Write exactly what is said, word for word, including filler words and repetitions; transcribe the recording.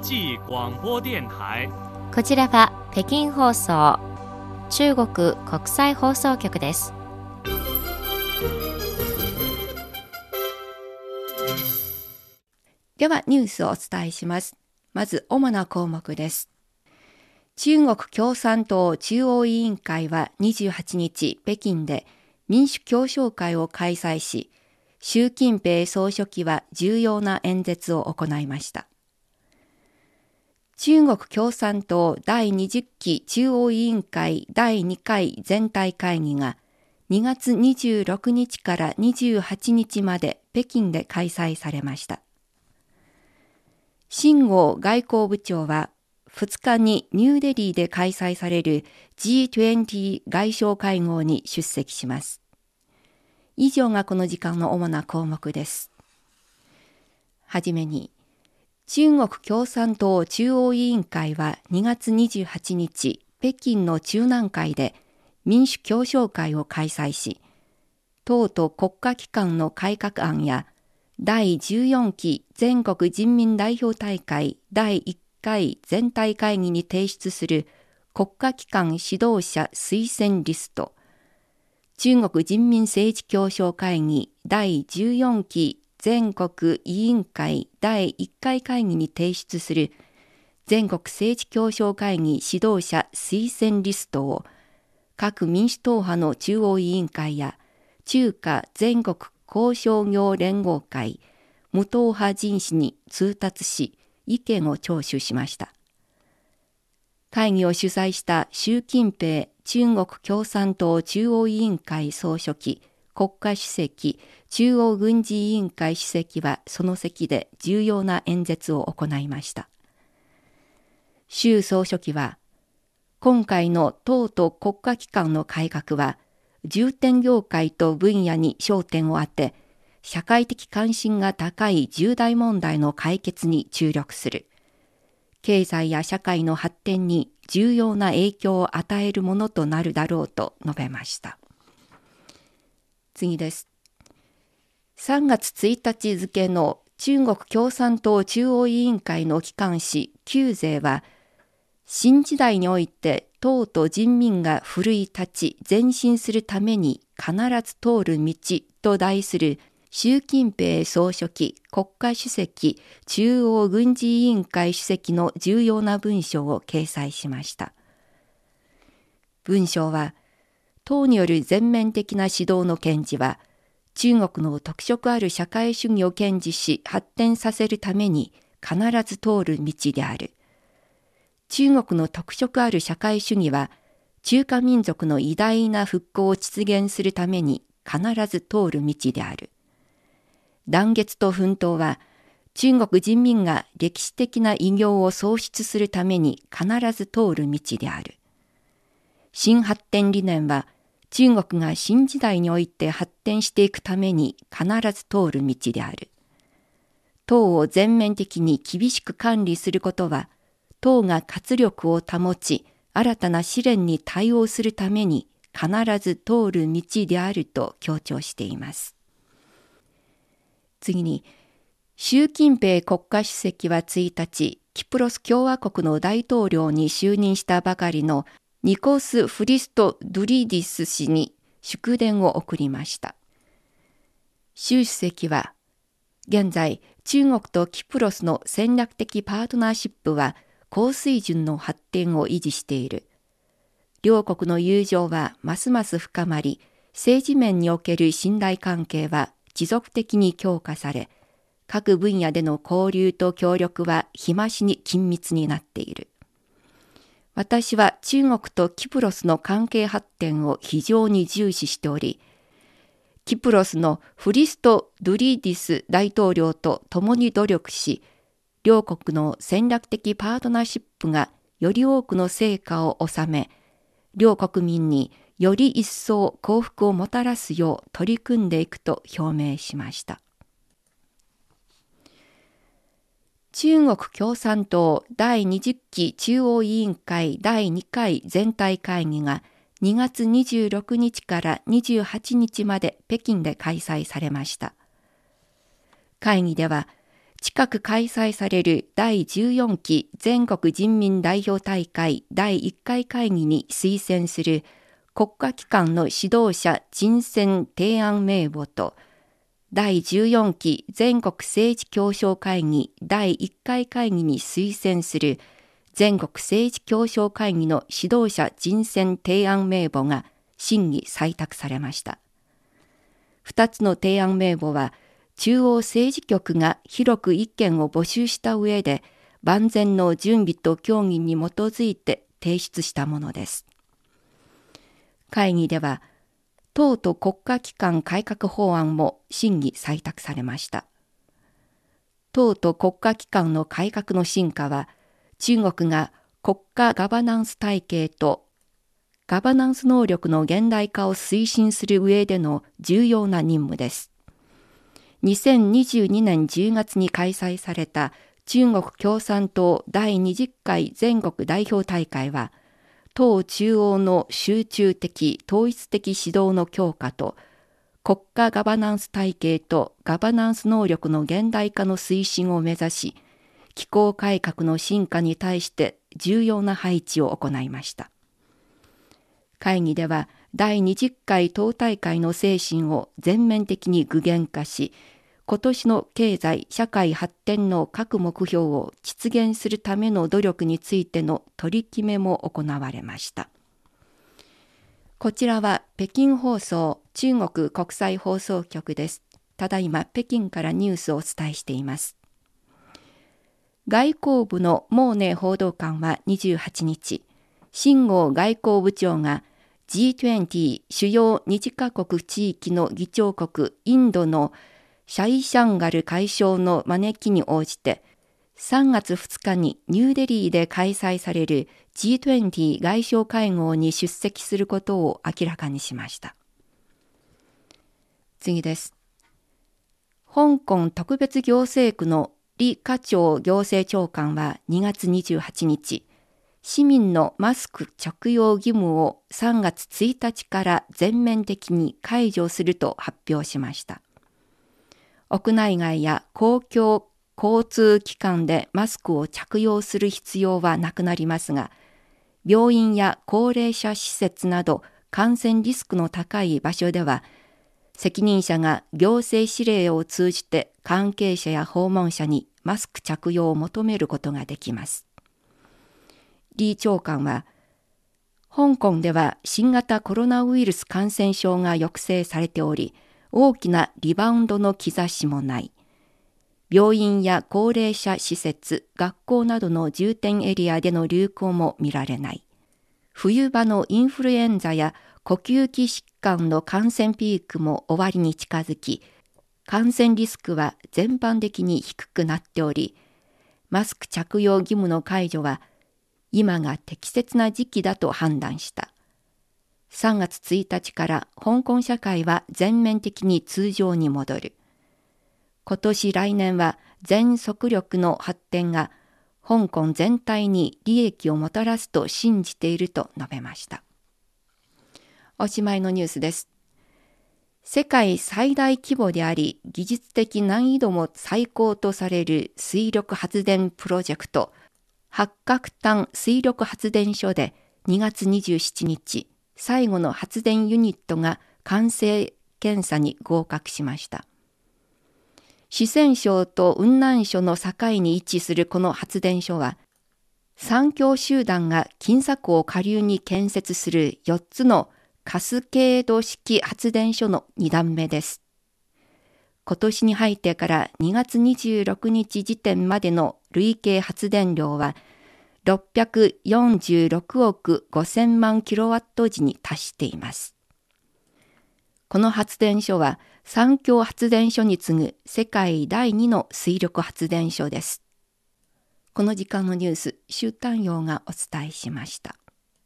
際广播電台。 こちらは北京放送、中国国際放送局です。 ではニュースをお伝えします。まず主な項目です。中国共産党中央委員会はにじゅうはちにち北京で民主協商会を開催し、習近平総書記は重要な演説を行いました。中国共産党第にじゅっき中央委員会だいにかい全体会議がにがつにじゅうろくにちからにじゅうはちにちまで北京で開催されました。秦剛外交部長はふつかにニューデリーで開催される ジーにじゅう 外相会合に出席します。以上がこの時間の主な項目です。はじめに、中国共産党中央委員会はにがつにじゅうはちにち、北京の中南海で民主協商会を開催し、党と国家機関の改革案やだいじゅうよんき全国人民代表大会だいいっかい全体会議に提出する国家機関指導者推薦リスト、中国人民政治協商会議だいじゅうよんき全国委員会だいいっかい会議に提出する全国政治協商会議指導者推薦リストを各民主党派の中央委員会や中華全国工商業連合会、無党派人士に通達し、意見を聴取しました。会議を主催した習近平中国共産党中央委員会総書記、国家主席、中央軍事委員会主席はその席で重要な演説を行いました。習総書記は、今回の党と国家機関の改革は、重点業界と分野に焦点を当て、社会的関心が高い重大問題の解決に注力する。経済や社会の発展に重要な影響を与えるものとなるだろうと述べました。次です。さんがつついたち付の中国共産党中央委員会の機関紙旧税は、新時代において党と人民が奮い立ち前進するために必ず通る道と題する習近平総書記、国家主席、中央軍事委員会主席の重要な文章を掲載しました。文章は、党による全面的な指導の堅持は、中国の特色ある社会主義を堅持し発展させるために必ず通る道である。中国の特色ある社会主義は、中華民族の偉大な復興を実現するために必ず通る道である。団結と奮闘は、中国人民が歴史的な偉業を創出するために必ず通る道である。新発展理念は、中国が新時代において発展していくために必ず通る道である。党を全面的に厳しく管理することは、党が活力を保ち、新たな試練に対応するために必ず通る道であると強調しています。次に、習近平国家主席はついたち、キプロス共和国の大統領に就任したばかりのニコス・フリスト・ドゥリディス氏に祝電を送りました。習主席は、現在、中国とキプロスの戦略的パートナーシップは高水準の発展を維持している。両国の友情はますます深まり、政治面における信頼関係は持続的に強化され、各分野での交流と協力は日増しに緊密になっている。私は中国とキプロスの関係発展を非常に重視しており、キプロスのフリスト・ドゥリディス大統領と共に努力し、両国の戦略的パートナーシップがより多くの成果を収め、両国民により一層幸福をもたらすよう取り組んでいくと表明しました。中国共産党だいにじゅっき中央委員会だいにかい全体会議がにがつにじゅうろくにちからにじゅうはちにちまで北京で開催されました。会議では、 近く開催されるだいじゅうよんき全国人民代表大会だいいっかい会議に推薦する国家機関の指導者人選提案名簿と、だいじゅうよんき全国政治協商会議だいいっかい会議に推薦する全国政治協商会議の指導者人選提案名簿が審議採択されました。ふたつの提案名簿は、中央政治局が広く意見を募集した上で、万全の準備と協議に基づいて提出したものです。会議では、党と国家機関改革法案も審議採択されました。党と国家機関の改革の進化は、中国が国家ガバナンス体系とガバナンス能力の現代化を推進する上での重要な任務です。にせんにじゅうにねんじゅうがつに開催された中国共産党だいにじゅっかい全国代表大会は、党中央の集中的統一的指導の強化と、国家ガバナンス体系とガバナンス能力の現代化の推進を目指し、機構改革の進化に対して重要な配置を行いました。会議では、だいにじゅっかい党大会の精神を全面的に具現化し、今年の経済社会発展の各目標を実現するための努力についての取り決めも行われました。こちらは北京放送中国国際放送局です。ただいま北京からニュースをお伝えしています。外交部の毛寧報道官はにじゅうはちにち、秦剛外交部長が ジーにじゅう 主要にじかこく地域の議長国インドのシャイシャンガル外相の招きに応じて、さんがつふつかにニューデリーで開催される ジーにじゅう 外相会合に出席することを明らかにしました。次です。香港特別行政区の李家超行政長官はにがつにじゅうはちにち、市民のマスク着用義務をさんがつついたちから全面的に解除すると発表しました。屋内外や公共交通機関でマスクを着用する必要はなくなりますが、病院や高齢者施設など感染リスクの高い場所では、責任者が行政指令を通じて関係者や訪問者にマスク着用を求めることができます。李長官は、香港では新型コロナウイルス感染症が抑制されており、大きなリバウンドの兆しもない。病院や高齢者施設、学校などの重点エリアでの流行も見られない。冬場のインフルエンザや呼吸器疾患の感染ピークも終わりに近づき、感染リスクは全般的に低くなっており、マスク着用義務の解除は今が適切な時期だと判断した。さんがつついたちから香港社会は全面的に通常に戻る。今年来年は全速力の発展が香港全体に利益をもたらすと信じていると述べました。おしまいのニュースです。世界最大規模であり、技術的難易度も最高とされる水力発電プロジェクト、八角炭水力発電所でにがつにじゅうしちにち、最後の発電ユニットが完成検査に合格しました。四川省と雲南省の境に位置するこの発電所は、三峡集団が金沙湖を下流に建設するよっつのカスケード式発電所のにだんめです。今年に入ってからにがつにじゅうろくにち時点までの累計発電量はろっぴゃくよんじゅうろくおくごせんまんキロワット時に達しています。この発電所は三峡発電所に次ぐ世界だいにの水力発電所です。この時間のニュース、周丹陽がお伝えしました。